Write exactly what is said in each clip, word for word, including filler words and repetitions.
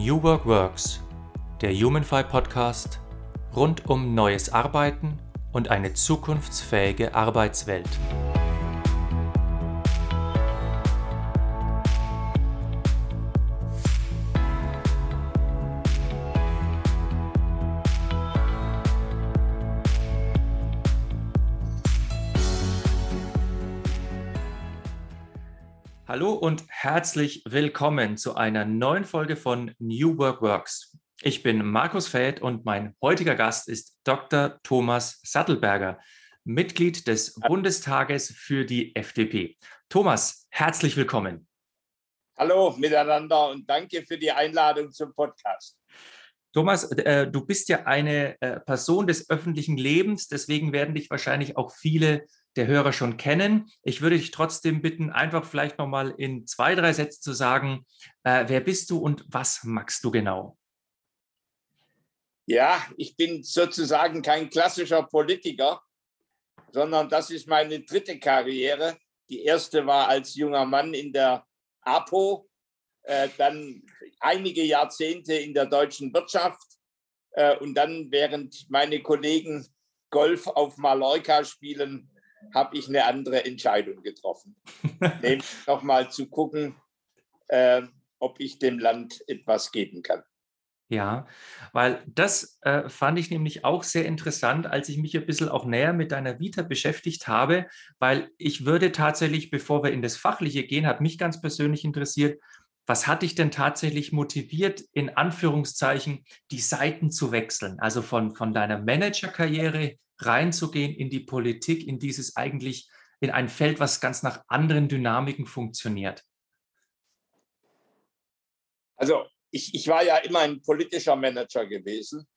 New Work Works, der Humanfy Podcast rund um neues Arbeiten und eine zukunftsfähige Arbeitswelt. Hallo und herzlich willkommen zu einer neuen Folge von New Work Works. Ich bin Markus Fäth und mein heutiger Gast ist Doktor Thomas Sattelberger, Mitglied des Bundestages für die F D P. Thomas, herzlich willkommen. Hallo miteinander und danke für die Einladung zum Podcast. Thomas, äh, du bist ja eine äh, Person des öffentlichen Lebens, deswegen werden dich wahrscheinlich auch viele der Hörer schon kennen. Ich würde dich trotzdem bitten, einfach vielleicht nochmal in zwei, drei Sätzen zu sagen, äh, wer bist du und was magst du genau? Ja, ich bin sozusagen kein klassischer Politiker, sondern das ist meine dritte Karriere. Die erste war als junger Mann in der APO, äh, dann einige Jahrzehnte in der deutschen Wirtschaft äh, und dann, während meine Kollegen Golf auf Mallorca spielen, habe ich eine andere Entscheidung getroffen. Nämlich nochmal zu gucken, äh, ob ich dem Land etwas geben kann. Ja, weil das äh, fand ich nämlich auch sehr interessant, als ich mich ein bisschen auch näher mit deiner Vita beschäftigt habe, weil ich würde tatsächlich, bevor wir in das Fachliche gehen, hat mich ganz persönlich interessiert, was hat dich denn tatsächlich motiviert, in Anführungszeichen, die Seiten zu wechseln? Also von, von deiner Managerkarriere reinzugehen in die Politik, in dieses eigentlich, in ein Feld, was ganz nach anderen Dynamiken funktioniert. Also ich, ich war ja immer ein politischer Manager gewesen.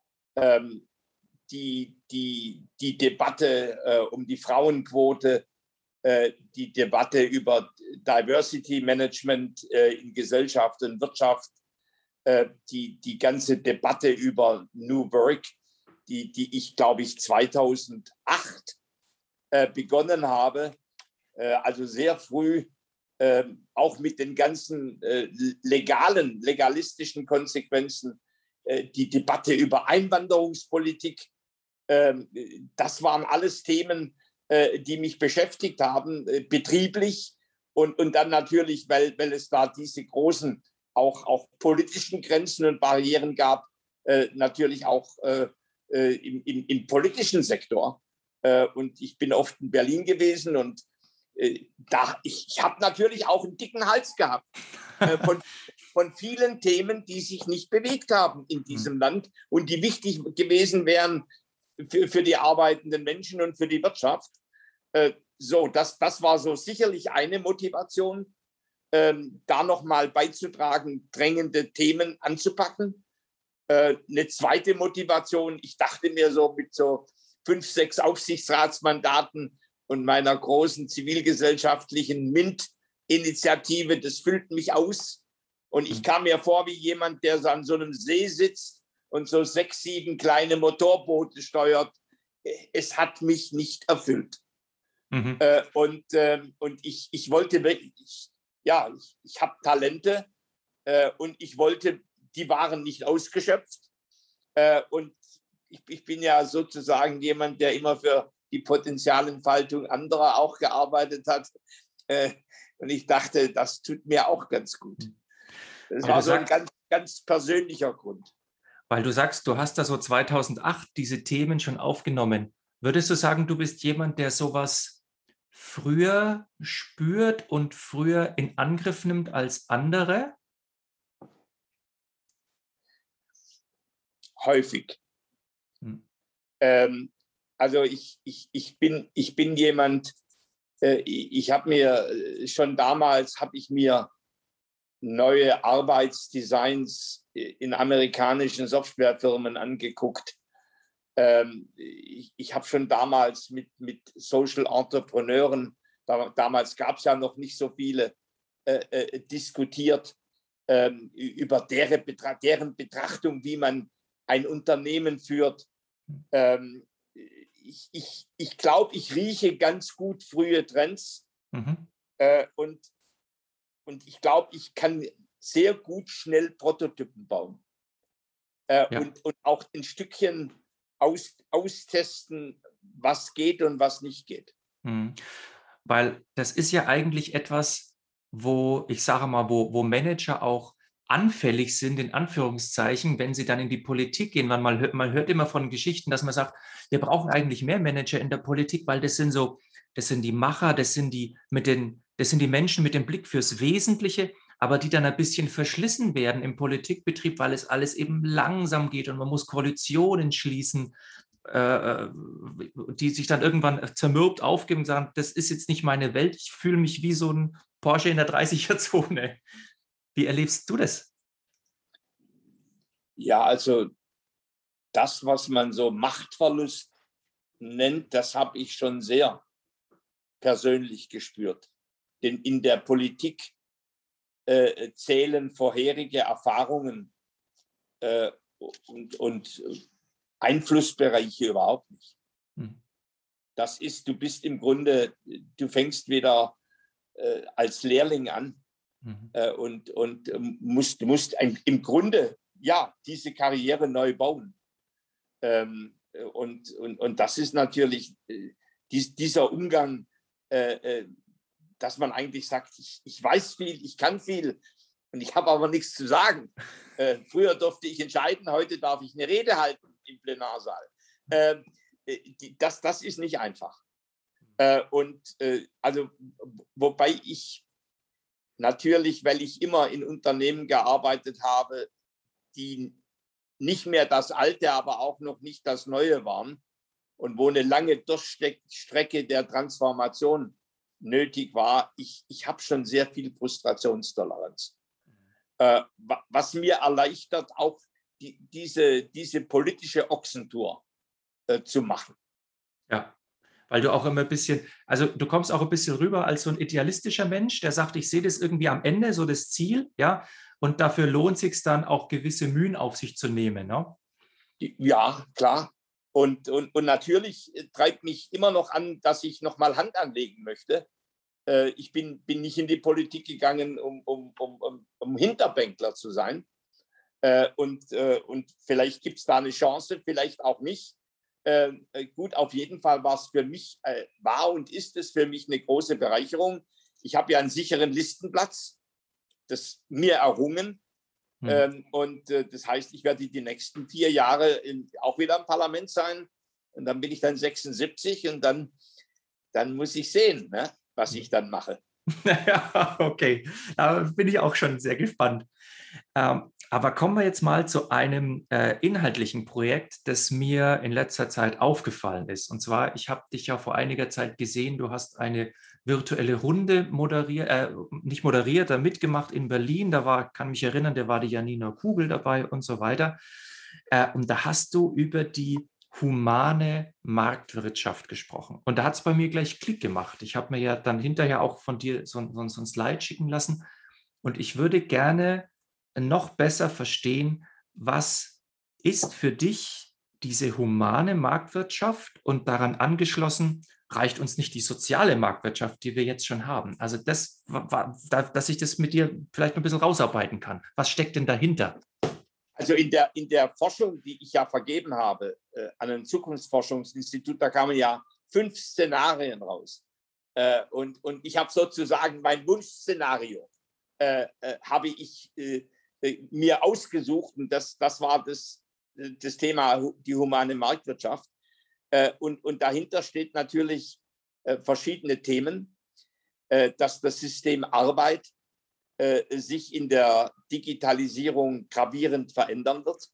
Ähm, die, die, die Debatte äh, um die Frauenquote, äh, die Debatte über Diversity Management äh, in Gesellschaft und Wirtschaft, äh, die, die ganze Debatte über New Work, die, die ich, glaube ich, zweitausendacht äh, begonnen habe, äh, also sehr früh, äh, auch mit den ganzen äh, legalen, legalistischen Konsequenzen, äh, die Debatte über Einwanderungspolitik, äh, das waren alles Themen, äh, die mich beschäftigt haben, äh, betrieblich und, und dann natürlich, weil, weil es da diese großen auch, auch politischen Grenzen und Barrieren gab, äh, natürlich auch äh, im, im, im politischen Sektor. Äh, und ich bin oft in Berlin gewesen und äh, da, ich, ich habe natürlich auch einen dicken Hals gehabt äh, von, von vielen Themen, die sich nicht bewegt haben in diesem mhm. Land und die wichtig gewesen wären für, für die arbeitenden Menschen und für die Wirtschaft. Äh, so, das, das war so sicherlich eine Motivation, ähm, da nochmal beizutragen, drängende Themen anzupacken. Äh, eine zweite Motivation, ich dachte mir so mit so fünf, sechs Aufsichtsratsmandaten und meiner großen zivilgesellschaftlichen MINT-Initiative, das füllt mich aus. Und ich kam mir vor wie jemand, der so an so einem See sitzt und so sechs, sieben kleine Motorboote steuert. Es hat mich nicht erfüllt. Mhm. Äh, und äh, und ich, ich wollte wirklich, ja, ich, ich habe Talente äh, und ich wollte, die waren nicht ausgeschöpft. Äh, und ich, ich bin ja sozusagen jemand, der immer für die Potenzialentfaltung anderer auch gearbeitet hat. Äh, und ich dachte, das tut mir auch ganz gut. Das weil war so sagst, ein ganz, ganz persönlicher Grund. Weil du sagst, du hast da so zweitausendacht diese Themen schon aufgenommen. Würdest du sagen, du bist jemand, der sowas früher spürt und früher in Angriff nimmt als andere? Häufig. Hm. Ähm, also ich, ich, ich, bin, ich bin jemand, äh, ich habe mir schon damals, habe ich mir neue Arbeitsdesigns in amerikanischen Softwarefirmen angeguckt. Ähm, ich ich habe schon damals mit, mit Social Entrepreneuren, da, damals gab es ja noch nicht so viele, äh, äh, diskutiert ähm, über deren, Betra- deren Betrachtung, wie man ein Unternehmen führt. Ähm, ich ich, ich glaube, ich rieche ganz gut frühe Trends. Mhm. Äh, und, und ich glaube, ich kann sehr gut schnell Prototypen bauen äh, Ja. und, und auch ein Stückchen aus, austesten, was geht und was nicht geht. Mhm. Weil das ist ja eigentlich etwas, wo ich sage mal, wo, wo Manager auch anfällig sind, in Anführungszeichen, wenn sie dann in die Politik gehen. Weil man hört, man hört immer von Geschichten, dass man sagt, wir brauchen eigentlich mehr Manager in der Politik, weil das sind so, das sind die Macher, das sind die mit den, das sind die Menschen mit dem Blick fürs Wesentliche, aber die dann ein bisschen verschlissen werden im Politikbetrieb, weil es alles eben langsam geht und man muss Koalitionen schließen, äh, die sich dann irgendwann zermürbt aufgeben und sagen, das ist jetzt nicht meine Welt, ich fühle mich wie so ein Porsche in der dreißiger-Zone. Wie erlebst du das? Ja, also das, was man so Machtverlust nennt, das habe ich schon sehr persönlich gespürt. Denn in der Politik äh, zählen vorherige Erfahrungen äh, und, und Einflussbereiche überhaupt nicht. Hm. Das ist, du bist im Grunde, du fängst wieder äh, als Lehrling an mhm. äh, und, und musst, musst ein, im Grunde, ja, diese Karriere neu bauen. Ähm, und, und, und das ist natürlich äh, dies, dieser Umgang, äh, äh, dass man eigentlich sagt, ich, ich weiß viel, ich kann viel und ich habe aber nichts zu sagen. Äh, früher durfte ich entscheiden, heute darf ich eine Rede halten im Plenarsaal. Äh, die, das, das ist nicht einfach. Äh, und äh, also, wobei ich natürlich, weil ich immer in Unternehmen gearbeitet habe, die nicht mehr das Alte, aber auch noch nicht das Neue waren und wo eine lange Durchstrecke der Transformation nötig war, ich, ich habe schon sehr viel Frustrationstoleranz. Äh, was mir erleichtert, auch die, diese, diese politische Ochsentour äh, zu machen. Ja, weil du auch immer ein bisschen, also du kommst auch ein bisschen rüber als so ein idealistischer Mensch, der sagt, ich sehe das irgendwie am Ende, so das Ziel, ja, und dafür lohnt es sich dann auch gewisse Mühen auf sich zu nehmen, ne? Ja, klar. Und, und, und natürlich treibt mich immer noch an, dass ich noch mal Hand anlegen möchte. Äh, ich bin, bin nicht in die Politik gegangen, um, um, um, um Hinterbänkler zu sein. Äh, und, äh, und vielleicht gibt es da eine Chance, vielleicht auch nicht. Äh, gut, auf jeden Fall war es für mich, äh, war und ist es für mich eine große Bereicherung. Ich habe ja einen sicheren Listenplatz, das mir errungen. Hm. Ähm, und äh, das heißt, ich werde die nächsten vier Jahre in, auch wieder im Parlament sein. Und dann bin ich dann sechsundsiebzig und dann, dann muss ich sehen, ne, was ich dann mache. Ja, okay, da bin ich auch schon sehr gespannt. Ähm, aber kommen wir jetzt mal zu einem äh, inhaltlichen Projekt, das mir in letzter Zeit aufgefallen ist. Und zwar, ich habe dich ja vor einiger Zeit gesehen, du hast eine virtuelle Runde moderiert, äh, nicht moderiert, da mitgemacht in Berlin. Da war, kann mich erinnern, da war die Janina Kugel dabei und so weiter. Äh, und da hast du über die humane Marktwirtschaft gesprochen. Und da hat es bei mir gleich Klick gemacht. Ich habe mir ja dann hinterher auch von dir so, so, so ein Slide schicken lassen. Und ich würde gerne noch besser verstehen, was ist für dich diese humane Marktwirtschaft und daran angeschlossen, reicht uns nicht die soziale Marktwirtschaft, die wir jetzt schon haben. Also das, dass ich das mit dir vielleicht noch ein bisschen rausarbeiten kann. Was steckt denn dahinter? Also in der, in der Forschung, die ich ja vergeben habe, äh, an ein Zukunftsforschungsinstitut, da kamen ja fünf Szenarien raus. Äh, und, und ich habe sozusagen mein Wunschszenario, äh, äh, habe ich äh, mir ausgesucht. Und das, das war das, das Thema, die humane Marktwirtschaft. Äh, und, und dahinter steht natürlich äh, verschiedene Themen, äh, dass das System Arbeit äh, sich in der Digitalisierung gravierend verändern wird.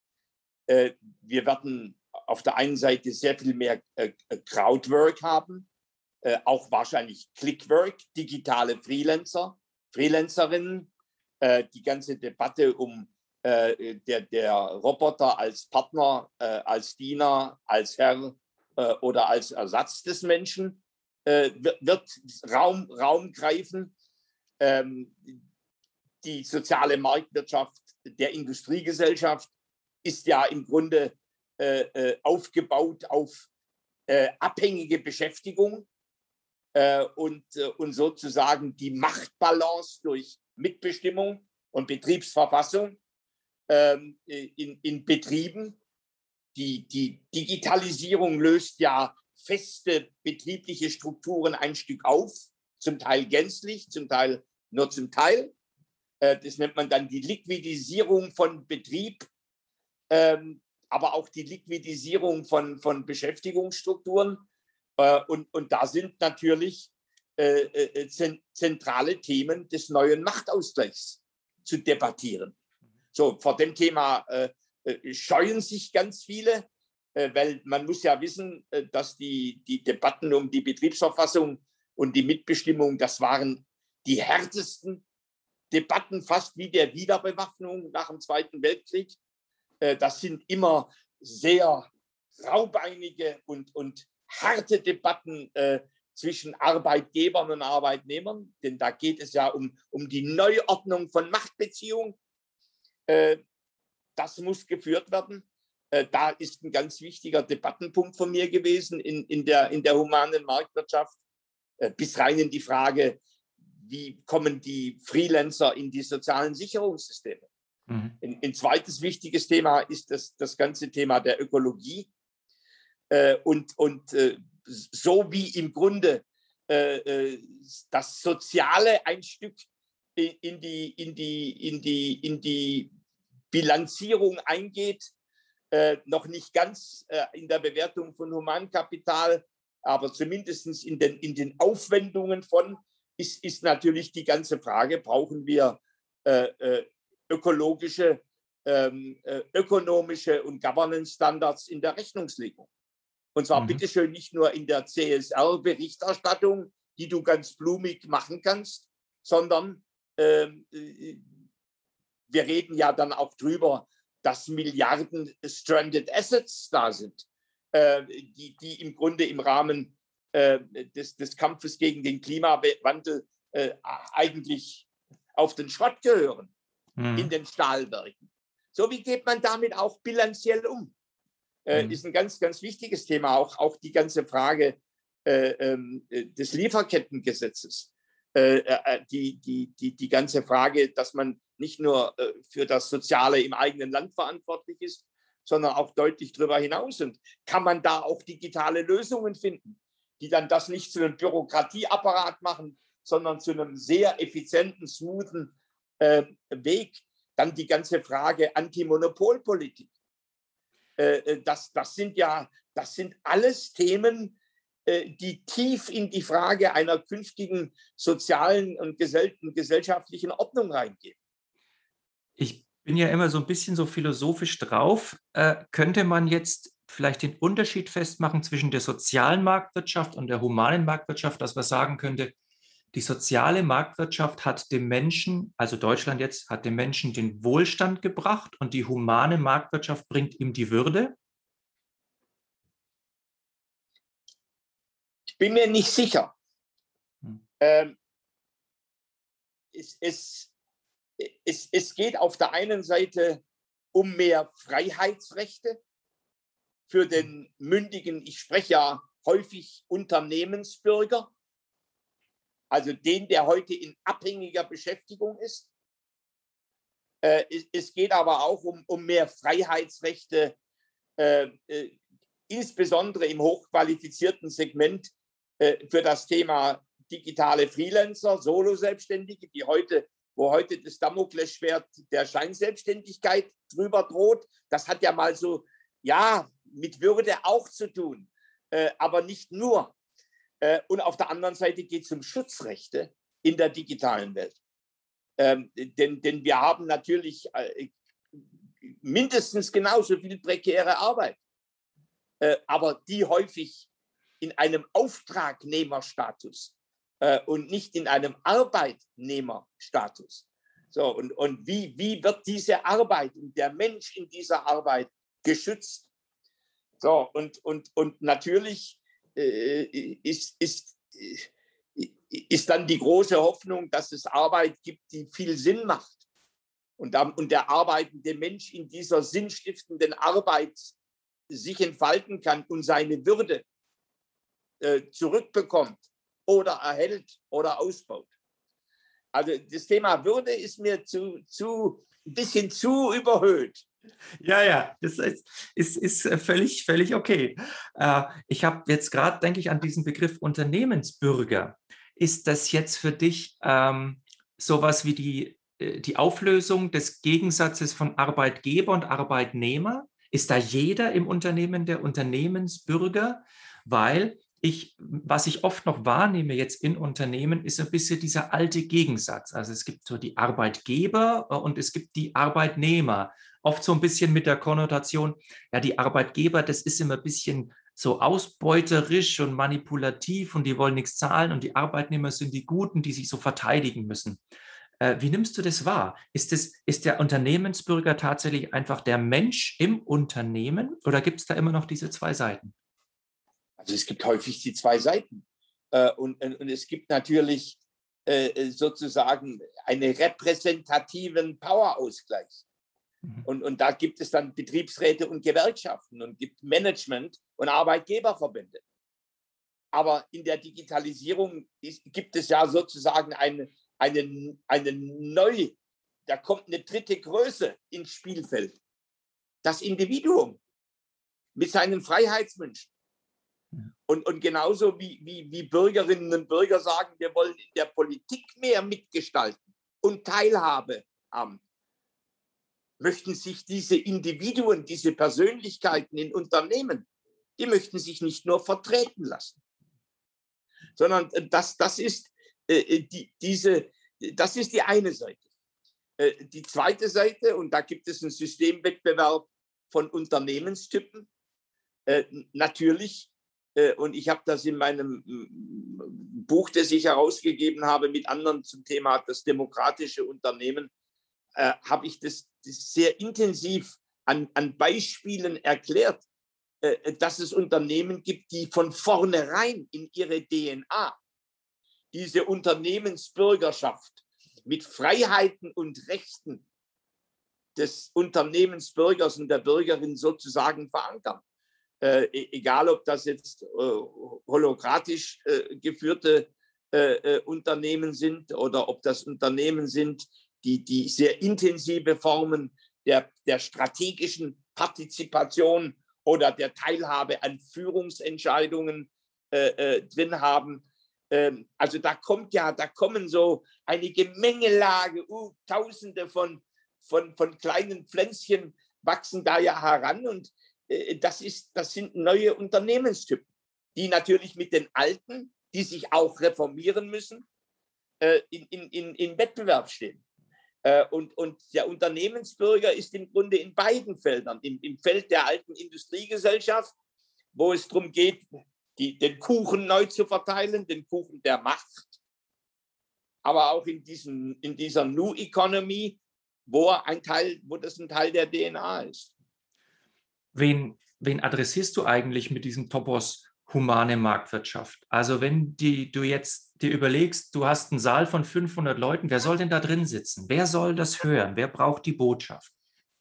Äh, wir werden auf der einen Seite sehr viel mehr äh, Crowdwork haben, äh, auch wahrscheinlich Clickwork, digitale Freelancer, Freelancerinnen, äh, die ganze Debatte um äh, der, der Roboter als Partner, äh, als Diener, als Herr äh, oder als Ersatz des Menschen äh, wird, wird Raum, Raum greifen. Ähm, die soziale Marktwirtschaft der Industriegesellschaft ist ja im Grunde äh, äh, aufgebaut auf äh, abhängige Beschäftigung äh, und, äh, und sozusagen die Machtbalance durch Mitbestimmung und Betriebsverfassung ähm, in, in Betrieben. Die, die Digitalisierung löst ja feste betriebliche Strukturen ein Stück auf, zum Teil gänzlich, zum Teil nur zum Teil. Äh, das nennt man dann die Liquidisierung von Betrieb, ähm, aber auch die Liquidisierung von, von Beschäftigungsstrukturen. Äh, und, und da sind natürlich äh, äh, zentrale Themen des neuen Machtausgleichs zu debattieren. So, vor dem Thema äh, scheuen sich ganz viele, äh, weil man muss ja wissen, äh, dass die, die Debatten um die Betriebsverfassung und die Mitbestimmung, das waren die härtesten Debatten, fast wie der Wiederbewaffnung nach dem Zweiten Weltkrieg. Äh, das sind immer sehr raubeinige und, und harte Debatten äh, zwischen Arbeitgebern und Arbeitnehmern, denn da geht es ja um, um die Neuordnung von Machtbeziehungen. Äh, das muss geführt werden. Äh, da ist ein ganz wichtiger Debattenpunkt von mir gewesen in, in, der, in der humanen Marktwirtschaft, äh, bis rein in die Frage, wie kommen die Freelancer in die sozialen Sicherungssysteme. Mhm. Ein, ein zweites wichtiges Thema ist das, das ganze Thema der Ökologie. Äh, und und äh, so wie im Grunde äh, das Soziale ein Stück in die, in die, in die, in die Bilanzierung eingeht, äh, noch nicht ganz äh, in der Bewertung von Humankapital, aber zumindest in den, in den Aufwendungen von, ist, ist natürlich die ganze Frage, brauchen wir äh, äh, ökologische, ähm, äh, ökonomische und Governance-Standards in der Rechnungslegung. Und zwar mhm. bitteschön nicht nur in der C S R-Berichterstattung, die du ganz blumig machen kannst, sondern äh, wir reden ja dann auch drüber, dass Milliarden Stranded Assets da sind, äh, die, die im Grunde im Rahmen äh, des, des Kampfes gegen den Klimawandel äh, eigentlich auf den Schrott gehören, mhm. in den Stahlwerken. So, wie geht man damit auch bilanziell um? Äh, mhm. Ist ein ganz, ganz wichtiges Thema, auch, auch die ganze Frage äh, äh, des Lieferkettengesetzes. Äh, die, die, die, die ganze Frage, dass man nicht nur äh, für das Soziale im eigenen Land verantwortlich ist, sondern auch deutlich darüber hinaus. Und kann man da auch digitale Lösungen finden, die dann das nicht zu einem Bürokratieapparat machen, sondern zu einem sehr effizienten, smoothen äh, Weg. Dann die ganze Frage Antimonopolpolitik. Äh, das, das sind ja, das sind alles Themen, die tief in die Frage einer künftigen sozialen und gesellschaftlichen Ordnung reingehen. Ich bin ja immer so ein bisschen so philosophisch drauf. Äh, könnte man jetzt vielleicht den Unterschied festmachen zwischen der sozialen Marktwirtschaft und der humanen Marktwirtschaft, dass man sagen könnte, die soziale Marktwirtschaft hat dem Menschen, also Deutschland jetzt, hat dem Menschen den Wohlstand gebracht und die humane Marktwirtschaft bringt ihm die Würde? Ich bin mir nicht sicher. Hm. Ähm, es, es, es, es geht auf der einen Seite um mehr Freiheitsrechte für den mündigen, ich spreche ja häufig Unternehmensbürger, also den, der heute in abhängiger Beschäftigung ist. Äh, es, es geht aber auch um, um mehr Freiheitsrechte, äh, äh, insbesondere im hochqualifizierten Segment äh, für das Thema digitale Freelancer, Solo-Selbstständige, die heute, wo heute das Damoklesschwert der Scheinselbstständigkeit drüber droht. Das hat ja mal so, ja, mit Würde auch zu tun, äh, aber nicht nur. Äh, und auf der anderen Seite geht es um Schutzrechte in der digitalen Welt. Ähm, denn, denn wir haben natürlich äh, mindestens genauso viel prekäre Arbeit, äh, aber die häufig in einem Auftragnehmerstatus äh, und nicht in einem Arbeitnehmerstatus. So, und und wie, wie wird diese Arbeit und der Mensch in dieser Arbeit geschützt? So, und, und, und natürlich äh, ist, ist, ist dann die große Hoffnung, dass es Arbeit gibt, die viel Sinn macht. Und, und der arbeitende Mensch in dieser sinnstiftenden Arbeit sich entfalten kann und seine Würde äh, zurückbekommt oder erhält oder ausbaut. Also das Thema Würde ist mir zu, zu, ein bisschen zu überhöht. Ja, ja, das ist, ist, ist völlig, völlig okay. Äh, ich habe jetzt gerade, denke ich, an diesen Begriff Unternehmensbürger. Ist das jetzt für dich ähm, sowas wie die, äh, die Auflösung des Gegensatzes von Arbeitgeber und Arbeitnehmer? Ist da jeder im Unternehmen der Unternehmensbürger? Weil ich, was ich oft noch wahrnehme jetzt in Unternehmen, ist ein bisschen dieser alte Gegensatz. Also es gibt so die Arbeitgeber äh, und es gibt die Arbeitnehmer. Oft so ein bisschen mit der Konnotation, ja, die Arbeitgeber, das ist immer ein bisschen so ausbeuterisch und manipulativ und die wollen nichts zahlen und die Arbeitnehmer sind die Guten, die sich so verteidigen müssen. Äh, wie nimmst du das wahr? Ist, das, ist der Unternehmensbürger tatsächlich einfach der Mensch im Unternehmen oder gibt es da immer noch diese zwei Seiten? Also es gibt häufig die zwei Seiten. Äh, und, und, und es gibt natürlich äh, sozusagen einen repräsentativen Powerausgleich. Mhm. Und, und da gibt es dann Betriebsräte und Gewerkschaften und gibt Management und Arbeitgeberverbände. Aber in der Digitalisierung ist, gibt es ja sozusagen eine, eine, eine neue, da kommt eine dritte Größe ins Spielfeld. Das Individuum mit seinen Freiheitswünschen. Und, und genauso wie, wie, wie Bürgerinnen und Bürger sagen, wir wollen in der Politik mehr mitgestalten und Teilhabe haben, möchten sich diese Individuen, diese Persönlichkeiten in Unternehmen, die möchten sich nicht nur vertreten lassen, sondern das, das, ist, äh, die, diese, das ist die eine Seite. Äh, die zweite Seite, und da gibt es einen Systemwettbewerb von Unternehmenstypen, äh, natürlich, äh, und ich habe das in meinem Buch, das ich herausgegeben habe, mit anderen zum Thema das demokratische Unternehmen, äh, habe ich das, das sehr intensiv an, an Beispielen erklärt, äh, dass es Unternehmen gibt, die von vornherein in ihre D N A diese Unternehmensbürgerschaft mit Freiheiten und Rechten des Unternehmensbürgers und der Bürgerin sozusagen verankern. Äh, egal, ob das jetzt äh, holokratisch äh, geführte äh, Unternehmen sind oder ob das Unternehmen sind, die, die sehr intensive Formen der, der strategischen Partizipation oder der Teilhabe an Führungsentscheidungen äh, äh, drin haben. Ähm, also da kommt ja, da kommen so eine Gemengelage, uh, Tausende von, von, von kleinen Pflänzchen wachsen da ja heran und äh, das, ist, das sind neue Unternehmenstypen, die natürlich mit den alten, die sich auch reformieren müssen, äh, in, in, in Wettbewerb stehen. Äh, und, und der Unternehmensbürger ist im Grunde in beiden Feldern. Im, im Feld der alten Industriegesellschaft, wo es darum geht, die, den Kuchen neu zu verteilen, den Kuchen der Macht. Aber auch in, diesen, in dieser New Economy, wo, ein Teil, wo das ein Teil der D N A ist. Wen, wen adressierst du eigentlich mit diesem Topos humane Marktwirtschaft? Also wenn die, du jetzt dir überlegst, du hast einen Saal von fünfhundert Leuten, wer soll denn da drin sitzen? Wer soll das hören? Wer braucht die Botschaft?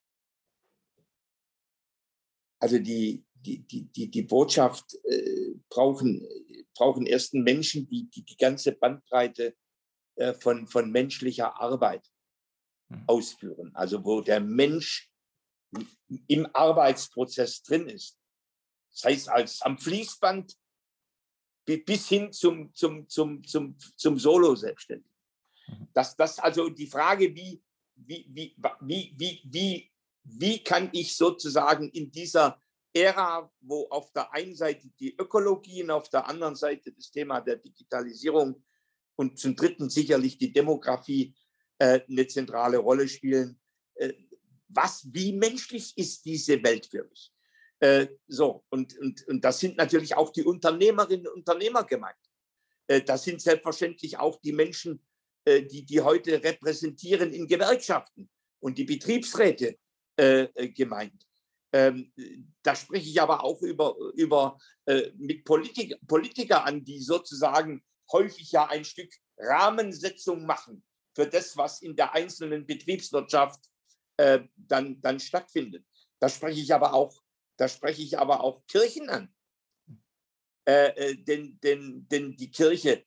Also die, die, die, die, die Botschaft äh, brauchen, brauchen erst Menschen, die, die die ganze Bandbreite äh, von, von menschlicher Arbeit hm. ausführen. Also wo der Mensch im Arbeitsprozess drin ist. Das heißt, als am Fließband bis hin zum, zum, zum, zum, zum Solo-Selbstständigen. Das, das also die Frage, wie, wie, wie, wie, wie, wie, wie kann ich sozusagen in dieser Ära, wo auf der einen Seite die Ökologie und auf der anderen Seite das Thema der Digitalisierung und zum dritten sicherlich die Demografie äh, eine zentrale Rolle spielen, äh, was, wie menschlich ist diese Welt für mich? Äh, so, und, und, und das sind natürlich auch die Unternehmerinnen und Unternehmer gemeint. Äh, das sind selbstverständlich auch die Menschen, äh, die, die heute repräsentieren in Gewerkschaften und die Betriebsräte äh, gemeint. Ähm, da spreche ich aber auch über, über äh, mit Politik, Politiker an, die sozusagen häufig ja ein Stück Rahmensetzung machen für das, was in der einzelnen Betriebswirtschaft äh, dann, dann stattfindet. Da spreche ich aber auch, da spreche ich aber auch Kirchen an. Äh, denn, denn, denn die Kirche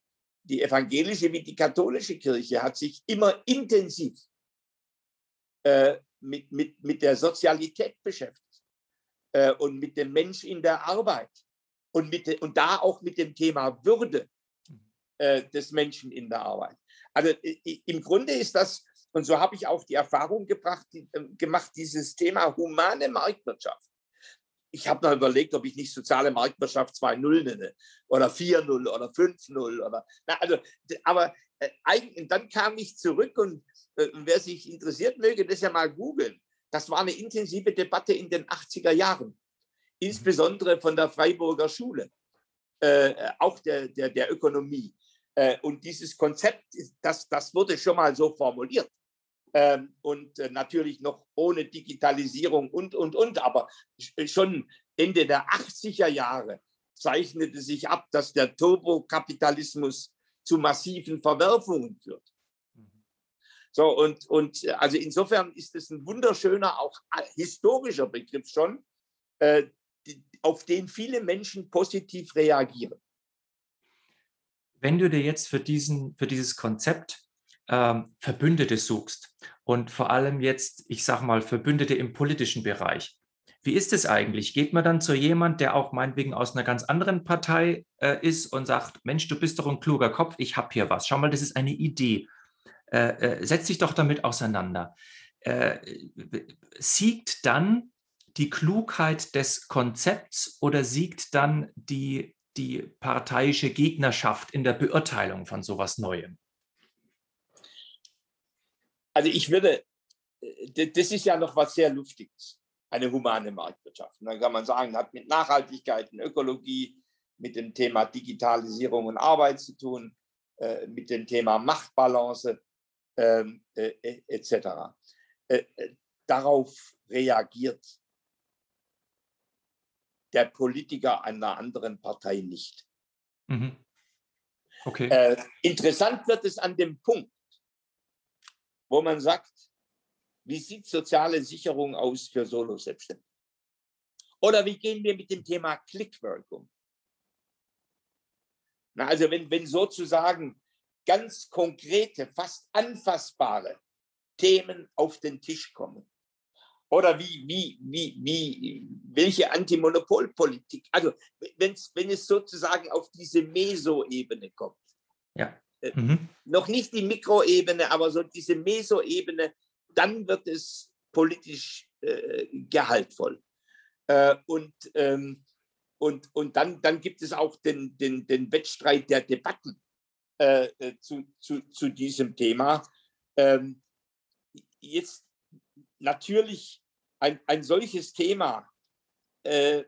die evangelische wie die katholische Kirche hat sich immer intensiv äh, mit, mit, mit der Sozialität beschäftigt äh, und mit dem Mensch in der Arbeit und, mit de, und da auch mit dem Thema Würde äh, des Menschen in der Arbeit. Also äh, im Grunde ist das, und so habe ich auch die Erfahrung gebracht, die, äh, gemacht, dieses Thema humane Marktwirtschaft. Ich habe noch überlegt, ob ich nicht soziale Marktwirtschaft zwei Punkt null nenne oder vier Punkt null oder fünf Punkt null. Oder, na, also, aber äh, eigentlich, dann kam ich zurück und äh, wer sich interessiert, möge das ja mal googeln. Das war eine intensive Debatte in den achtziger Jahren, insbesondere von der Freiburger Schule, äh, auch der, der, der Ökonomie. Äh, und dieses Konzept, das, das wurde schon mal so formuliert. Ähm, und äh, natürlich noch ohne Digitalisierung und, und, und. Aber schon Ende der achtziger Jahre zeichnete sich ab, dass der Turbokapitalismus zu massiven Verwerfungen führt. So, und, und also insofern ist es ein wunderschöner, auch historischer Begriff schon, äh, die, auf den viele Menschen positiv reagieren. Wenn du dir jetzt für, diesen, für dieses Konzept ähm, Verbündete suchst und vor allem jetzt, ich sage mal, Verbündete im politischen Bereich, wie ist es eigentlich? Geht man dann zu jemand, der auch meinetwegen aus einer ganz anderen Partei äh, ist und sagt, Mensch, du bist doch ein kluger Kopf, ich habe hier was. Schau mal, das ist eine Idee. Äh, äh, setz dich doch damit auseinander. Äh, siegt dann die Klugheit des Konzepts oder siegt dann die, die parteiische Gegnerschaft in der Beurteilung von sowas Neuem? Also ich würde, das ist ja noch was sehr Luftiges, eine humane Marktwirtschaft. Und dann kann man sagen, hat mit Nachhaltigkeit und Ökologie, mit dem Thema Digitalisierung und Arbeit zu tun, äh, mit dem Thema Machtbalance äh, äh, et cetera. Äh, darauf reagiert der Politiker einer anderen Partei nicht. Mhm. Okay. Äh, interessant wird es an dem Punkt, wo man sagt, wie sieht soziale Sicherung aus für Solo-Selbstständige? Oder wie gehen wir mit dem Thema Clickwork um? Na, also wenn, wenn sozusagen ganz konkrete, fast anfassbare Themen auf den Tisch kommen. Oder wie, wie, wie, wie, welche Antimonopolpolitik, also wenn's, wenn es sozusagen auf diese Meso-Ebene kommt. Ja. Mhm. Äh, noch nicht die Mikroebene, aber so diese Meso-Ebene, dann wird es politisch äh, gehaltvoll. Äh, und ähm, und, und dann, dann gibt es auch den, den, den Wettstreit der Debatten äh, zu, zu, zu diesem Thema. Ähm, jetzt natürlich ein, ein solches Thema äh,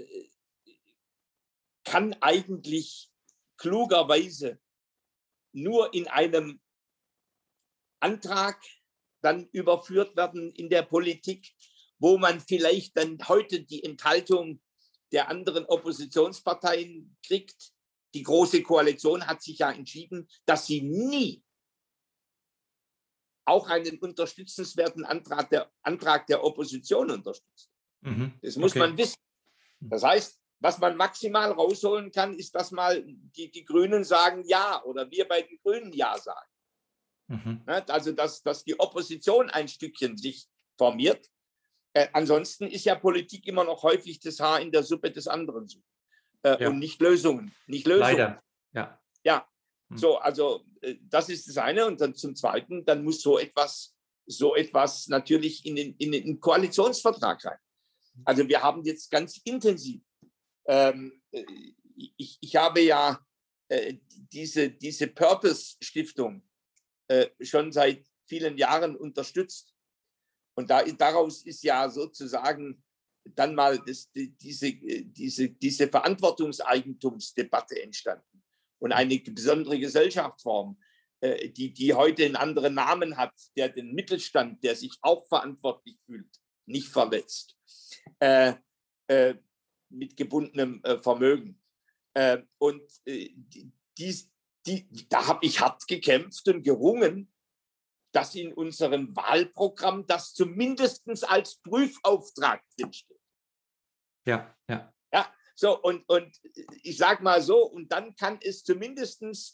kann eigentlich klugerweise nur in einem Antrag dann überführt werden in der Politik, wo man vielleicht dann heute die Enthaltung der anderen Oppositionsparteien kriegt. Die Große Koalition hat sich ja entschieden, dass sie nie auch einen unterstützenswerten Antrag der, Antrag der Opposition unterstützt. Mhm. Das muss okay. man wissen. Das heißt, was man maximal rausholen kann, ist, dass mal die, die Grünen sagen Ja oder wir bei den Grünen Ja sagen. Mhm. Also, dass, dass die Opposition ein Stückchen sich formiert. Äh, ansonsten ist ja Politik immer noch häufig das Haar in der Suppe des anderen suchen. Äh, ja. Und nicht Lösungen. Nicht Lösungen. Leider, ja. Ja, so, also äh, das ist das eine. Und dann zum Zweiten, dann muss so etwas, so etwas natürlich in den, in den Koalitionsvertrag rein. Also wir haben jetzt ganz intensiv, ähm, ich, ich habe ja äh, diese, diese Purpose-Stiftung äh, schon seit vielen Jahren unterstützt. Und da, daraus ist ja sozusagen dann mal das, die, diese, diese, diese Verantwortungseigentumsdebatte entstanden. Und eine besondere Gesellschaftsform, äh, die, die heute einen anderen Namen hat, der den Mittelstand, der sich auch verantwortlich fühlt, nicht verletzt. Äh, äh, mit gebundenem äh, Vermögen. Äh, und äh, dies, die, da habe ich hart gekämpft und gerungen, dass in unserem Wahlprogramm das zumindest als Prüfauftrag drinsteht. Ja, ja. Ja, so, und, und ich sage mal so, und dann kann es zumindest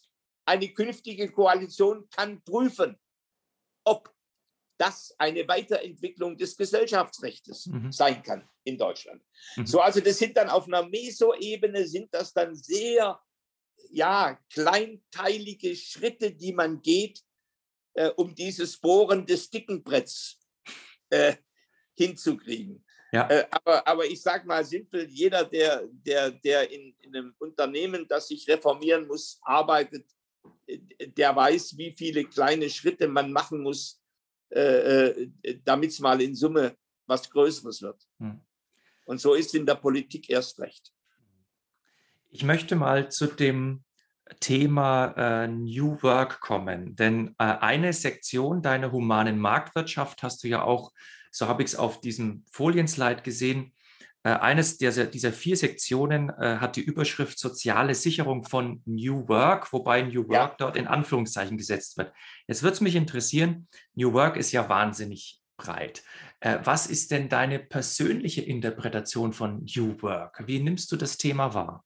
eine künftige Koalition kann prüfen, ob das eine Weiterentwicklung des Gesellschaftsrechts mhm. sein kann in Deutschland. Mhm. So, also das sind dann auf einer Meso-Ebene sind das dann sehr, ja, kleinteilige Schritte, die man geht, äh, um dieses Bohren des dicken Bretts äh, hinzukriegen. Ja. Äh, aber, aber ich sage mal simpel, jeder, der, der, der in, in einem Unternehmen, das sich reformieren muss, arbeitet, der weiß, wie viele kleine Schritte man machen muss, äh, damit es mal in Summe was Größeres wird. Hm. Und so ist in der Politik erst recht. Ich möchte mal zu dem Thema äh, New Work kommen, denn äh, eine Sektion deiner humanen Marktwirtschaft hast du ja auch, so habe ich es auf diesem Folienslide gesehen, äh, eines dieser, dieser vier Sektionen äh, hat die Überschrift Soziale Sicherung von New Work, wobei New Work ja. dort in Anführungszeichen gesetzt wird. Jetzt würde es mich interessieren, New Work ist ja wahnsinnig breit. Äh, was ist denn deine persönliche Interpretation von New Work? Wie nimmst du das Thema wahr?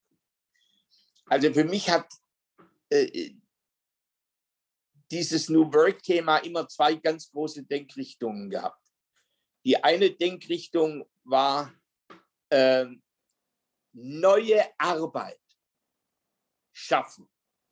Also für mich hat äh, dieses New Work-Thema immer zwei ganz große Denkrichtungen gehabt. Die eine Denkrichtung war äh, neue Arbeit schaffen.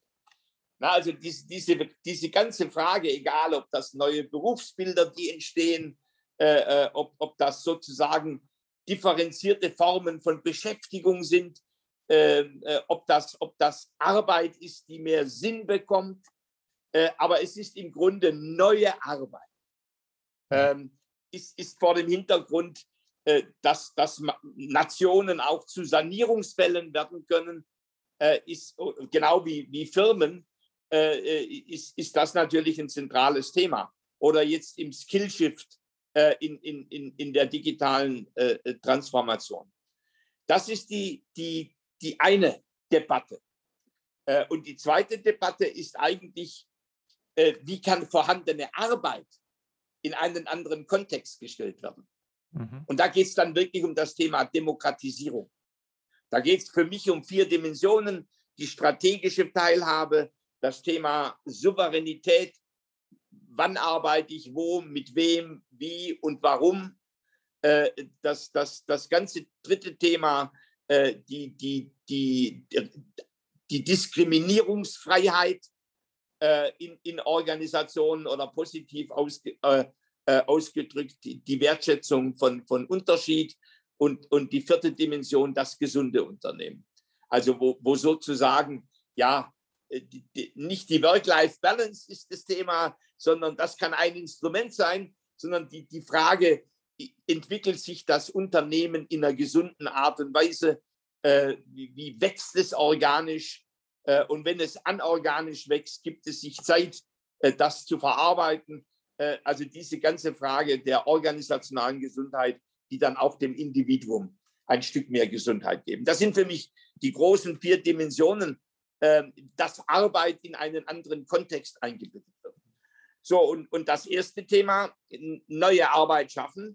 Na, also diese, diese, diese ganze Frage, egal ob das neue Berufsbilder, die entstehen, äh, ob, ob das sozusagen differenzierte Formen von Beschäftigung sind, Äh, äh, ob, das, ob das Arbeit ist, die mehr Sinn bekommt. Äh, aber es ist im Grunde neue Arbeit. Ähm, ist, ist vor dem Hintergrund, äh, dass, dass Nationen auch zu Sanierungsfällen werden können, äh, ist genau wie, wie Firmen, äh, ist, ist das natürlich ein zentrales Thema. Oder jetzt im Skillshift äh, in, in, in, in der digitalen äh, Transformation. Das ist die, die die eine Debatte. Und die zweite Debatte ist eigentlich, wie kann vorhandene Arbeit in einen anderen Kontext gestellt werden. Mhm. Und da geht es dann wirklich um das Thema Demokratisierung. Da geht es für mich um vier Dimensionen, die strategische Teilhabe, das Thema Souveränität, wann arbeite ich wo, mit wem, wie und warum. Das, das, das ganze dritte Thema, Die, die, die, die Diskriminierungsfreiheit äh, in, in Organisationen oder positiv ausge, äh, ausgedrückt die, die Wertschätzung von, von Unterschied und, und die vierte Dimension, das gesunde Unternehmen. Also wo, wo sozusagen, ja, die, die, nicht die Work-Life-Balance ist das Thema, sondern das kann ein Instrument sein, sondern die, die Frage, entwickelt sich das Unternehmen in einer gesunden Art und Weise? Äh, wie, wie wächst es organisch? Äh, und wenn es anorganisch wächst, gibt es sich Zeit, äh, das zu verarbeiten? Äh, also diese ganze Frage der organisationalen Gesundheit, die dann auch dem Individuum ein Stück mehr Gesundheit geben. Das sind für mich die großen vier Dimensionen, äh, dass Arbeit in einen anderen Kontext eingebettet wird. So, und, und das erste Thema, neue Arbeit schaffen.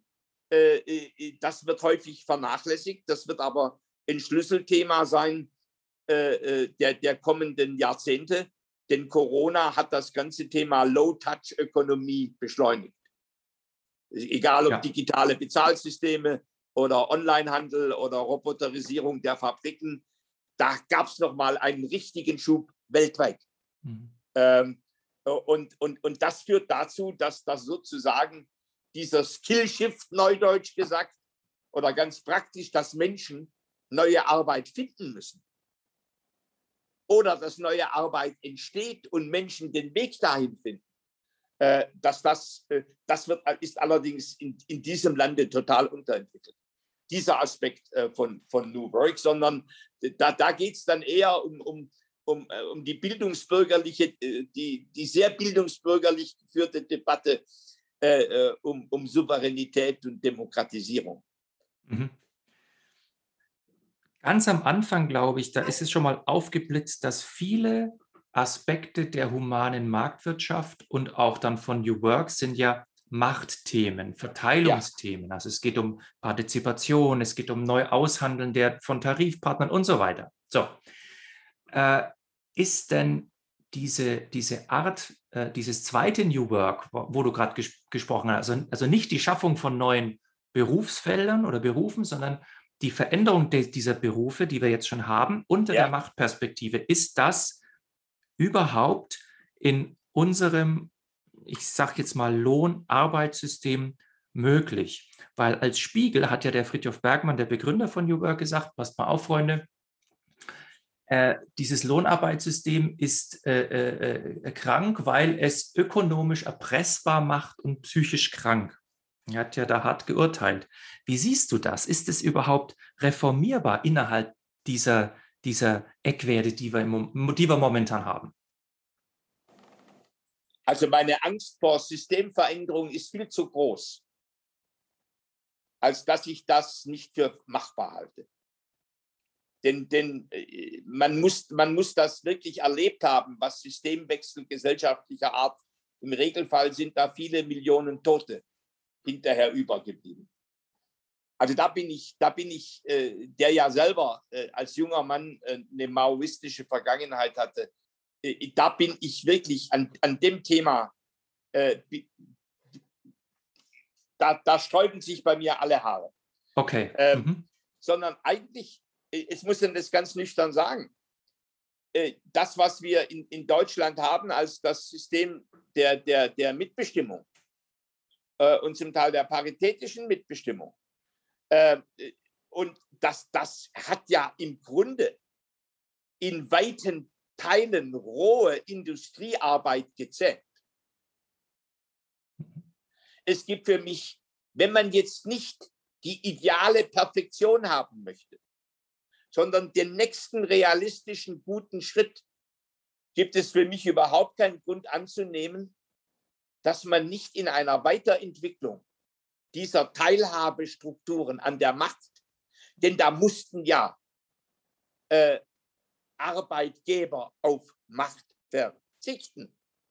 Das wird häufig vernachlässigt. Das wird aber ein Schlüsselthema sein äh, der, der kommenden Jahrzehnte. Denn Corona hat das ganze Thema Low-Touch-Ökonomie beschleunigt. Egal ob ja. digitale Bezahlsysteme oder Onlinehandel oder Roboterisierung der Fabriken. Da gab es nochmal einen richtigen Schub weltweit. Mhm. Ähm, und, und, und das führt dazu, dass das sozusagen dieser Skill-Shift, neudeutsch gesagt, oder ganz praktisch, dass Menschen neue Arbeit finden müssen. Oder dass neue Arbeit entsteht und Menschen den Weg dahin finden. Äh, dass das, äh, das wird, ist allerdings in, in diesem Lande total unterentwickelt. Dieser Aspekt äh, von, von New Work, sondern da, da geht es dann eher um, um, um, um die bildungsbürgerliche, die, die sehr bildungsbürgerlich geführte Debatte Äh, um, um Souveränität und Demokratisierung. Mhm. Ganz am Anfang, glaube ich, da ist es schon mal aufgeblitzt, dass viele Aspekte der humanen Marktwirtschaft und auch dann von New Work sind ja Machtthemen, Verteilungsthemen. Ja. Also es geht um Partizipation, es geht um Neuaushandeln der, von Tarifpartnern und so weiter. So, äh, ist denn diese, diese Art, äh, dieses zweite New Work, wo, wo du gerade ges gesprochen hast, also, also nicht die Schaffung von neuen Berufsfeldern oder Berufen, sondern die Veränderung dieser Berufe, die wir jetzt schon haben, unter der Ja. Machtperspektive. Ist das überhaupt in unserem, ich sage jetzt mal, Lohnarbeitssystem möglich? Weil als Spiegel hat ja der Fridtjof Bergmann, der Begründer von New Work, gesagt, passt mal auf, Freunde, äh, dieses Lohnarbeitssystem ist äh, äh, krank, weil es ökonomisch erpressbar macht und psychisch krank. Er hat ja da hart geurteilt. Wie siehst du das? Ist es überhaupt reformierbar innerhalb dieser, dieser Eckwerte, die wir, im, die wir momentan haben? Also meine Angst vor Systemveränderung ist viel zu groß, als dass ich das nicht für machbar halte. Denn, denn man, muss, man muss das wirklich erlebt haben, was Systemwechsel gesellschaftlicher Art. Im Regelfall sind da viele Millionen Tote hinterher übergeblieben. Also da bin ich, da bin ich äh, der ja selber äh, als junger Mann äh, eine maoistische Vergangenheit hatte. Äh, da bin ich wirklich an, an dem Thema, äh, da, da sträuben sich bei mir alle Haare. Okay. Ähm, mhm. Sondern eigentlich, es muss man das ganz nüchtern sagen, das, was wir in, in Deutschland haben als das System der, der, der Mitbestimmung äh, und zum Teil der paritätischen Mitbestimmung, äh, und das, das hat ja im Grunde in weiten Teilen rohe Industriearbeit gezähmt. Es gibt für mich, wenn man jetzt nicht die ideale Perfektion haben möchte, sondern den nächsten realistischen, guten Schritt, gibt es für mich überhaupt keinen Grund anzunehmen, dass man nicht in einer Weiterentwicklung dieser Teilhabestrukturen an der Macht, denn da mussten ja äh, Arbeitgeber auf Macht verzichten.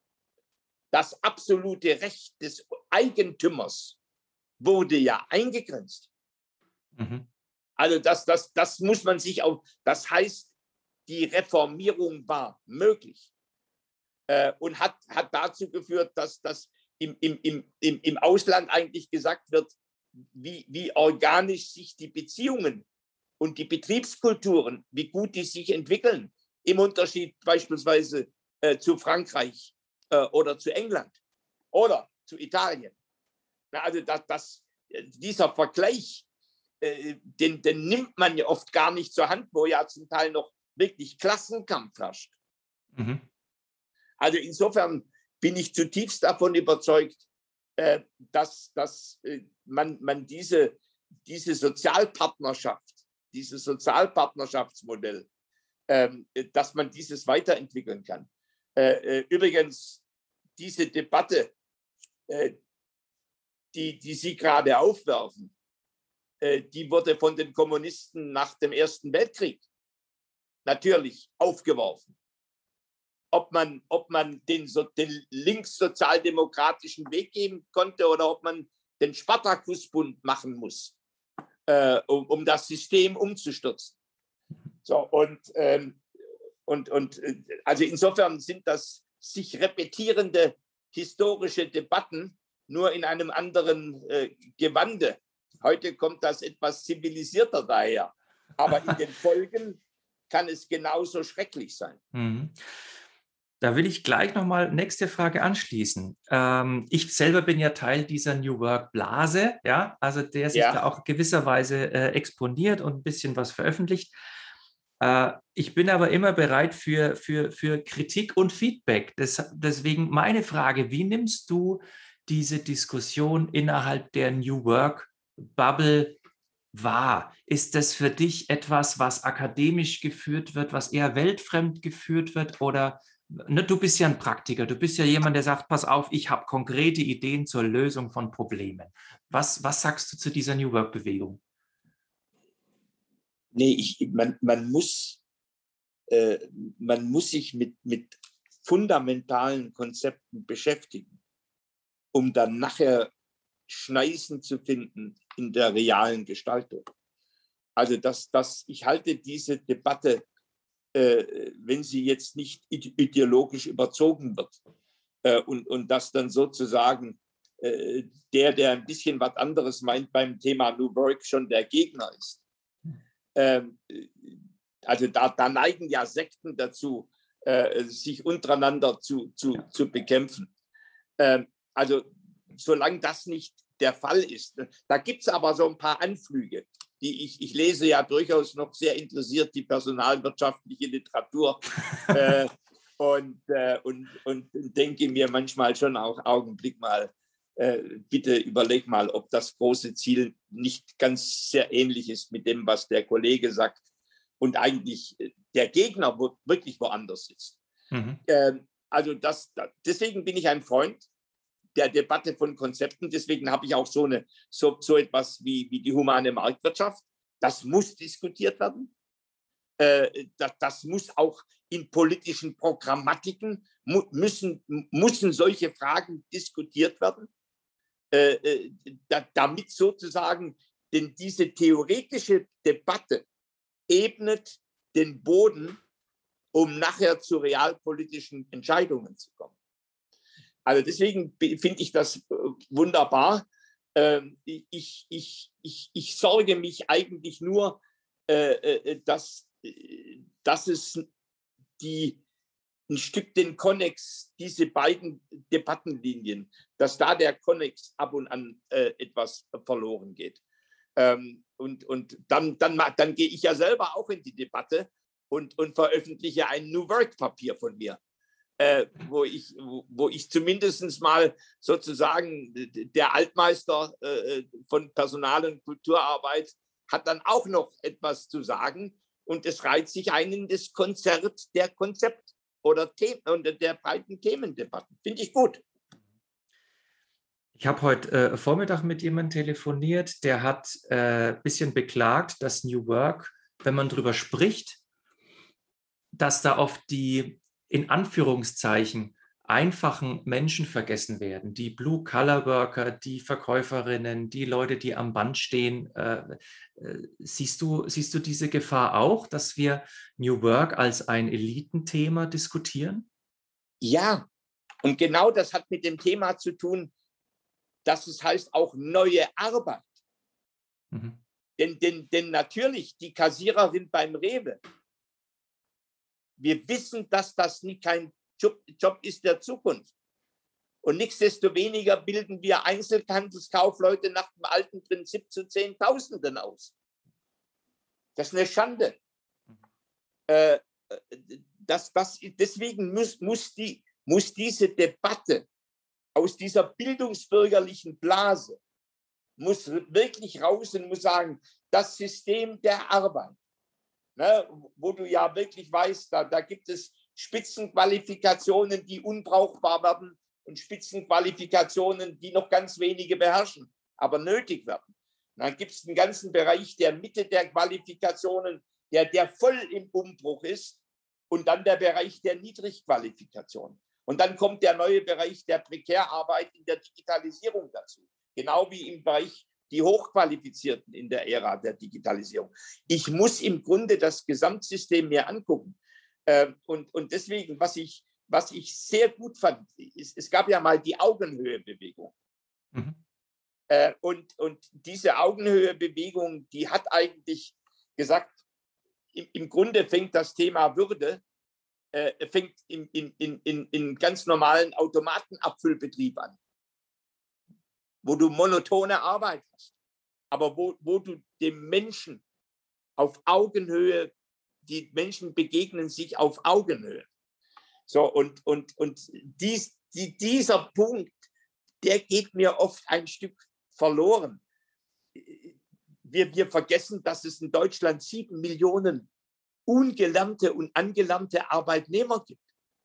Das absolute Recht des Eigentümers wurde ja eingegrenzt. Mhm. Also das, das, das muss man sich auch, das heißt, die Reformierung war möglich äh, und hat, hat dazu geführt, dass das im, im, im, im Ausland eigentlich gesagt wird, wie, wie organisch sich die Beziehungen und die Betriebskulturen, wie gut die sich entwickeln, im Unterschied beispielsweise äh, zu Frankreich äh, oder zu England oder zu Italien. Na, also das, das, dieser Vergleich, äh, den, den nimmt man ja oft gar nicht zur Hand, wo ja zum Teil noch wirklich Klassenkampf herrscht. Mhm. Also insofern bin ich zutiefst davon überzeugt, äh, dass, dass äh, man, man diese, diese Sozialpartnerschaft, dieses Sozialpartnerschaftsmodell, äh, dass man dieses weiterentwickeln kann. Äh, äh, übrigens, diese Debatte, äh, die, die Sie gerade aufwerfen, äh, die wurde von den Kommunisten nach dem Ersten Weltkrieg natürlich aufgeworfen. Ob man, ob man den, so, den linkssozialdemokratischen Weg gehen konnte oder ob man den Spartakusbund machen muss, äh, um, um das System umzustürzen. So, und, ähm, und, und also insofern sind das sich repetierende historische Debatten, nur in einem anderen äh, Gewande. Heute kommt das etwas zivilisierter daher. Aber in den Folgen kann es genauso schrecklich sein. Mhm. Da will ich gleich nochmal nächste Frage anschließen. Ähm, ich selber bin ja Teil dieser New Work-Blase, ja, also der sich Ja. da auch gewisserweise äh, exponiert und ein bisschen was veröffentlicht. Äh, ich bin aber immer bereit für, für, für Kritik und Feedback. Das, deswegen meine Frage, wie nimmst du diese Diskussion innerhalb der New Work-Bubble wahr? Ist das für dich etwas, was akademisch geführt wird, was eher weltfremd geführt wird? Oder ne, du bist ja ein Praktiker, du bist ja jemand, der sagt, pass auf, ich habe konkrete Ideen zur Lösung von Problemen. Was, was sagst du zu dieser New Work-Bewegung? Nee, ich, man, man, muss, äh, man muss sich mit, mit fundamentalen Konzepten beschäftigen, um dann nachher Schneisen zu finden in der realen Gestaltung. Also das, das, ich halte diese Debatte äh, wenn sie jetzt nicht ideologisch überzogen wird. Äh, und, und dass dann sozusagen äh, der, der ein bisschen was anderes meint beim Thema New Work, schon der Gegner ist. Ähm, also da, da neigen ja Sekten dazu, äh, sich untereinander zu, zu, zu bekämpfen. Ähm, also solange das nicht der Fall ist. Da gibt es aber so ein paar Anflüge. Die ich, ich lese ja durchaus noch sehr interessiert die personalwirtschaftliche Literatur äh, und, äh, und, und denke mir manchmal schon auch Augenblick mal, äh, bitte überleg mal, ob das große Ziel nicht ganz sehr ähnlich ist mit dem, was der Kollege sagt und eigentlich der Gegner wo, wirklich woanders sitzt. Mhm. Äh, also das, deswegen bin ich ein Freund der Debatte von Konzepten. Deswegen habe ich auch so, eine, so, so etwas wie, wie die humane Marktwirtschaft. Das muss diskutiert werden. Äh, das, das muss auch in politischen Programmatiken, mu müssen, müssen solche Fragen diskutiert werden, äh, äh, da, damit sozusagen denn diese theoretische Debatte ebnet den Boden, um nachher zu realpolitischen Entscheidungen zu kommen. Also deswegen finde ich das wunderbar. Ich, ich, ich, ich sorge mich eigentlich nur, dass, dass es die, ein Stück den Konnex, diese beiden Debattenlinien, dass da der Konnex ab und an etwas verloren geht. Und, und dann, dann, dann gehe ich ja selber auch in die Debatte und, und veröffentliche ein New Work-Papier von mir. Äh, wo, ich, wo, wo ich zumindest mal sozusagen der Altmeister äh, von Personal- und Kulturarbeit hat dann auch noch etwas zu sagen und es reiht sich ein in das Konzert der Konzept- oder Themen, oder der breiten Themendebatten. Finde ich gut. Ich habe heute äh, Vormittag mit jemandem telefoniert, der hat ein äh, bisschen beklagt, dass New Work, wenn man darüber spricht, dass da oft die in Anführungszeichen einfachen Menschen vergessen werden, die Blue-Collar-Worker, die Verkäuferinnen, die Leute, die am Band stehen. Äh, äh, siehst du, siehst du diese Gefahr auch, dass wir New Work als ein Elitenthema diskutieren? Ja, und genau das hat mit dem Thema zu tun, dass es heißt auch neue Arbeit. Mhm. Denn, denn, denn natürlich die Kassiererin beim Rewe, wir wissen, dass das nicht kein Job, Job ist der Zukunft. Und nichtsdestoweniger bilden wir Einzelhandelskaufleute nach dem alten Prinzip zu Zehntausenden aus. Das ist eine Schande. Äh, das, das, deswegen muss, muss, die, muss diese Debatte aus dieser bildungsbürgerlichen Blase muss wirklich raus und muss sagen, das System der Arbeit, ne, wo du ja wirklich weißt, da, da gibt es Spitzenqualifikationen, die unbrauchbar werden und Spitzenqualifikationen, die noch ganz wenige beherrschen, aber nötig werden. Und dann gibt es einen ganzen Bereich der Mitte der Qualifikationen, der, der voll im Umbruch ist, und dann der Bereich der Niedrigqualifikation. Und dann kommt der neue Bereich der Prekärarbeit in der Digitalisierung dazu, genau wie im Bereich die Hochqualifizierten in der Ära der Digitalisierung. Ich muss im Grunde das Gesamtsystem mir angucken. Und, und deswegen, was ich, was ich sehr gut fand, ist, es gab ja mal die Augenhöhebewegung. Mhm. Und, und diese Augenhöhebewegung, die hat eigentlich gesagt, im, im Grunde fängt das Thema Würde, äh, fängt in, in, in, in, in ganz normalen Automatenabfüllbetrieb an, wo du monotone Arbeit hast, aber wo, wo du dem Menschen auf Augenhöhe, die Menschen begegnen sich auf Augenhöhe. So, und, und, und dies, die, dieser Punkt, der geht mir oft ein Stück verloren. Wir, wir vergessen, dass es in Deutschland sieben Millionen ungelernte und angelernte Arbeitnehmer gibt.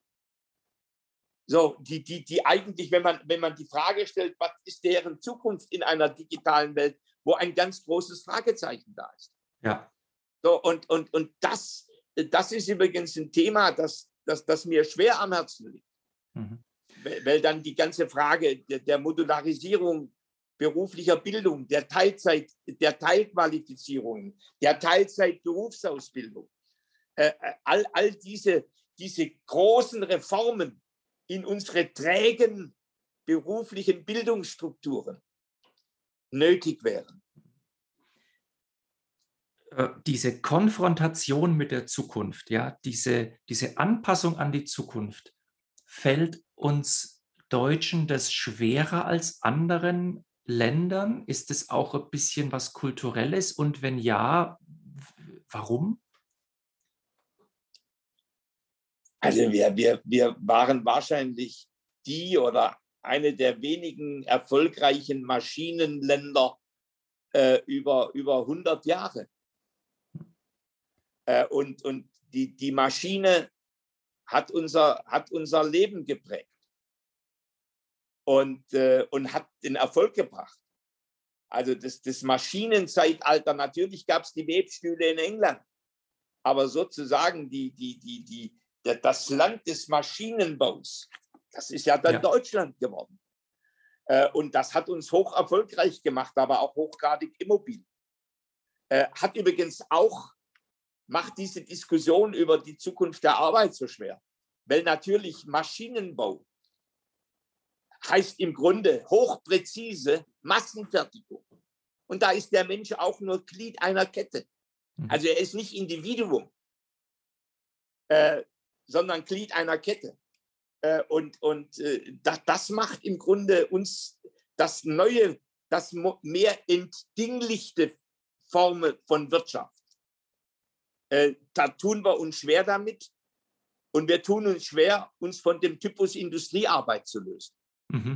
So, die, die, die eigentlich, wenn man, wenn man die Frage stellt, was ist deren Zukunft in einer digitalen Welt, wo ein ganz großes Fragezeichen da ist. Ja. So, und, und, und das, das ist übrigens ein Thema, das, das, das mir schwer am Herzen liegt. Mhm. Weil, weil dann die ganze Frage der, der Modularisierung beruflicher Bildung, der Teilzeit, der Teilqualifizierung, der Teilzeitberufsausbildung, äh, all, all diese, diese großen Reformen in unsere trägen beruflichen Bildungsstrukturen nötig wären. Diese Konfrontation mit der Zukunft, ja, diese, diese Anpassung an die Zukunft, fällt uns Deutschen das schwerer als anderen Ländern? Ist es auch ein bisschen was Kulturelles? Und wenn ja, warum? Also wir, wir, wir waren wahrscheinlich die oder eine der wenigen erfolgreichen Maschinenländer äh, über, über hundert Jahre. Äh, und und die, die Maschine hat unser, hat unser Leben geprägt und, äh, und hat den Erfolg gebracht. Also das, das Maschinenzeitalter, natürlich gab es die Webstühle in England, aber sozusagen die, die, die, die, das Land des Maschinenbaus, das ist ja dann ja. Deutschland geworden. Und das hat uns hoch erfolgreich gemacht, aber auch hochgradig immobil. Hat übrigens auch, macht diese Diskussion über die Zukunft der Arbeit so schwer. Weil natürlich Maschinenbau heißt im Grunde hochpräzise Massenfertigung. Und da ist der Mensch auch nur Glied einer Kette. Also er ist nicht Individuum, äh, sondern Glied einer Kette. Äh, und und äh, das, das macht im Grunde uns das neue, das mehr entdinglichte Form von Wirtschaft. Äh, da tun wir uns schwer damit. Und wir tun uns schwer, uns von dem Typus Industriearbeit zu lösen. Mhm.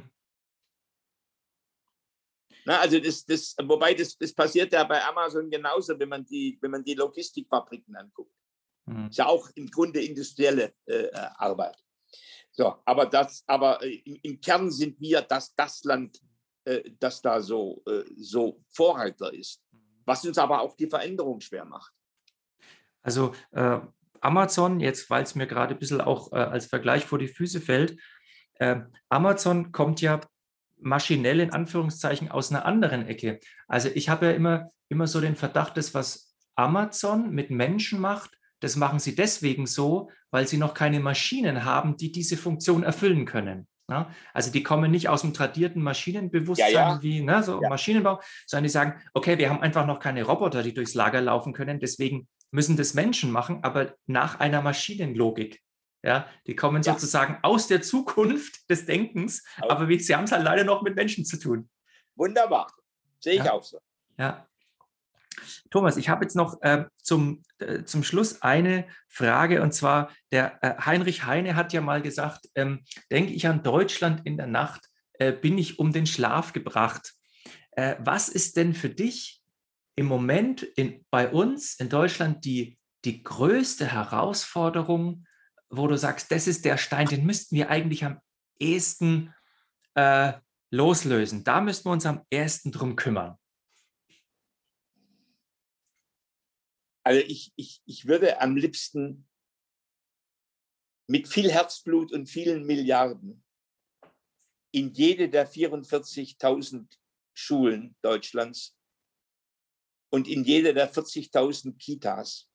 Na, also das, das, wobei das, das passiert ja bei Amazon genauso, wenn man die, wenn man die Logistikfabriken anguckt. Mhm. Ist ja auch im Grunde industrielle äh, Arbeit. So, aber das, aber äh, im, im Kern sind wir das, das Land, äh, das da so, äh, so Vorreiter ist, was uns aber auch die Veränderung schwer macht. Also äh, Amazon, jetzt weil es mir gerade ein bisschen auch äh, als Vergleich vor die Füße fällt, äh, Amazon kommt ja maschinell in Anführungszeichen aus einer anderen Ecke. Also ich habe ja immer, immer so den Verdacht, dass was Amazon mit Menschen macht, das machen sie deswegen so, weil sie noch keine Maschinen haben, die diese Funktion erfüllen können. Ja? Also die kommen nicht aus dem tradierten Maschinenbewusstsein ja, ja. wie ne, so ja. Maschinenbau, sondern die sagen, okay, wir haben einfach noch keine Roboter, die durchs Lager laufen können, deswegen müssen das Menschen machen, aber nach einer Maschinenlogik. Ja, die kommen ja. sozusagen aus der Zukunft des Denkens, okay. aber wir, sie haben es halt leider noch mit Menschen zu tun. Wunderbar, sehe ich ja. auch so. Ja. Thomas, ich habe jetzt noch äh, zum, äh, zum Schluss eine Frage, und zwar der äh, Heinrich Heine hat ja mal gesagt, ähm, denke ich an Deutschland in der Nacht, äh, bin ich um den Schlaf gebracht. Äh, was ist denn für dich im Moment in, bei uns in Deutschland die, die größte Herausforderung, wo du sagst, das ist der Stein, den müssten wir eigentlich am ehesten äh, loslösen. Da müssten wir uns am ehesten drum kümmern. Also ich, ich, ich würde am liebsten mit viel Herzblut und vielen Milliarden in jede der vierundvierzigtausend Schulen Deutschlands und in jede der vierzigtausend Kitas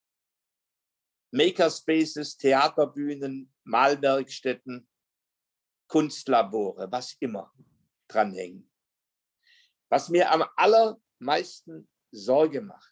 Makerspaces, Theaterbühnen, Malwerkstätten, Kunstlabore, was immer dranhängen. Was mir am allermeisten Sorge macht,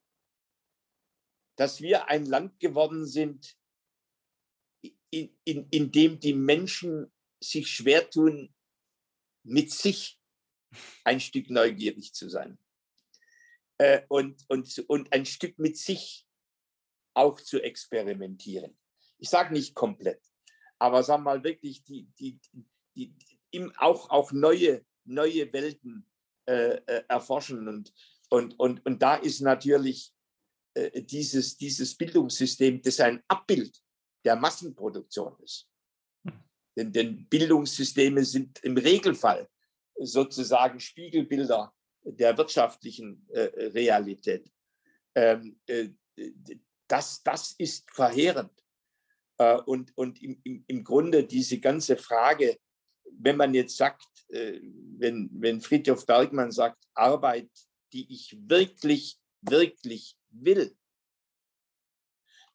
dass wir ein Land geworden sind, in, in, in dem die Menschen sich schwer tun, mit sich ein Stück neugierig zu sein äh, und, und, und ein Stück mit sich auch zu experimentieren. Ich sage nicht komplett, aber sagen wir mal wirklich die, die, die, die, auch, auch neue, neue Welten äh, äh, erforschen. Und, und, und, und da ist natürlich äh, dieses, dieses Bildungssystem, das ein Abbild der Massenproduktion ist. Denn, denn Bildungssysteme sind im Regelfall sozusagen Spiegelbilder der wirtschaftlichen äh, Realität. Ähm, äh, das, das ist verheerend. Äh, und und im, im, im Grunde diese ganze Frage, wenn man jetzt sagt, äh, wenn, wenn Frithjof Bergmann sagt, Arbeit, die ich wirklich, wirklich will,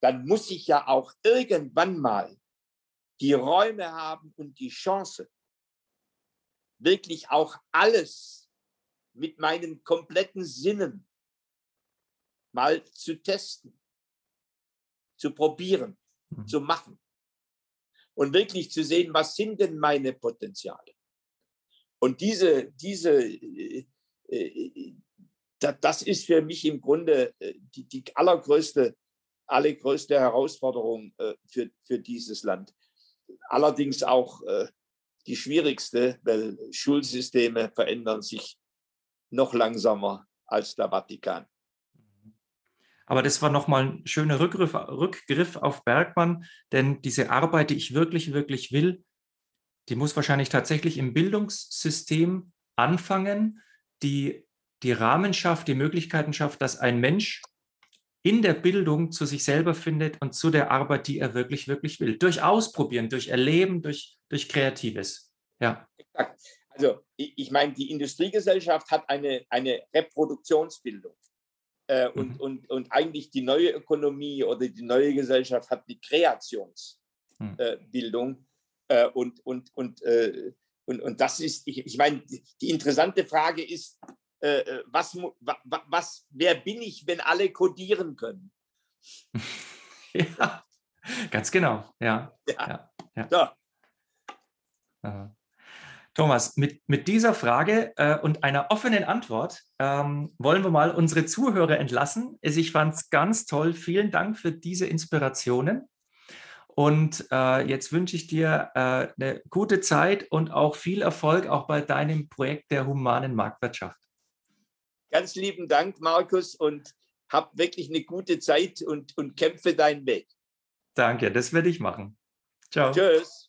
dann muss ich ja auch irgendwann mal die Räume haben und die Chance, wirklich auch alles mit meinen kompletten Sinnen mal zu testen, zu probieren, mhm. zu machen und wirklich zu sehen, was sind denn meine Potenziale. Und diese, diese, äh, äh, das ist für mich im Grunde die, die allergrößte, allergrößte Herausforderung äh, für, für dieses Land. Allerdings auch äh, die schwierigste, weil Schulsysteme verändern sich noch langsamer als der Vatikan. Aber das war nochmal ein schöner Rückgriff, Rückgriff auf Bergmann, denn diese Arbeit, die ich wirklich, wirklich will, die muss wahrscheinlich tatsächlich im Bildungssystem anfangen, die die Rahmen schafft, die Möglichkeiten schafft, dass ein Mensch in der Bildung zu sich selber findet und zu der Arbeit, die er wirklich, wirklich will. Durch Ausprobieren, durch Erleben, durch, durch Kreatives. Ja. Also ich, ich meine, die Industriegesellschaft hat eine, eine Reproduktionsbildung. Äh, und, mhm. und, und eigentlich die neue Ökonomie oder die neue Gesellschaft hat die Kreationsbildung. Äh, äh, und, und, und, äh, und, und das ist, ich, ich meine, die, die interessante Frage ist, äh, was, was, was, wer bin ich, wenn alle codieren können? Ja, ganz genau. Ja. Ja. Ja, ja. So. Thomas, mit, mit dieser Frage äh, und einer offenen Antwort ähm, wollen wir mal unsere Zuhörer entlassen. Also ich fand es ganz toll. Vielen Dank für diese Inspirationen. Und äh, jetzt wünsche ich dir äh, eine gute Zeit und auch viel Erfolg auch bei deinem Projekt der humanen Marktwirtschaft. Ganz lieben Dank, Markus, und hab wirklich eine gute Zeit und, und kämpfe deinen Weg. Danke, das werde ich machen. Ciao. Tschüss.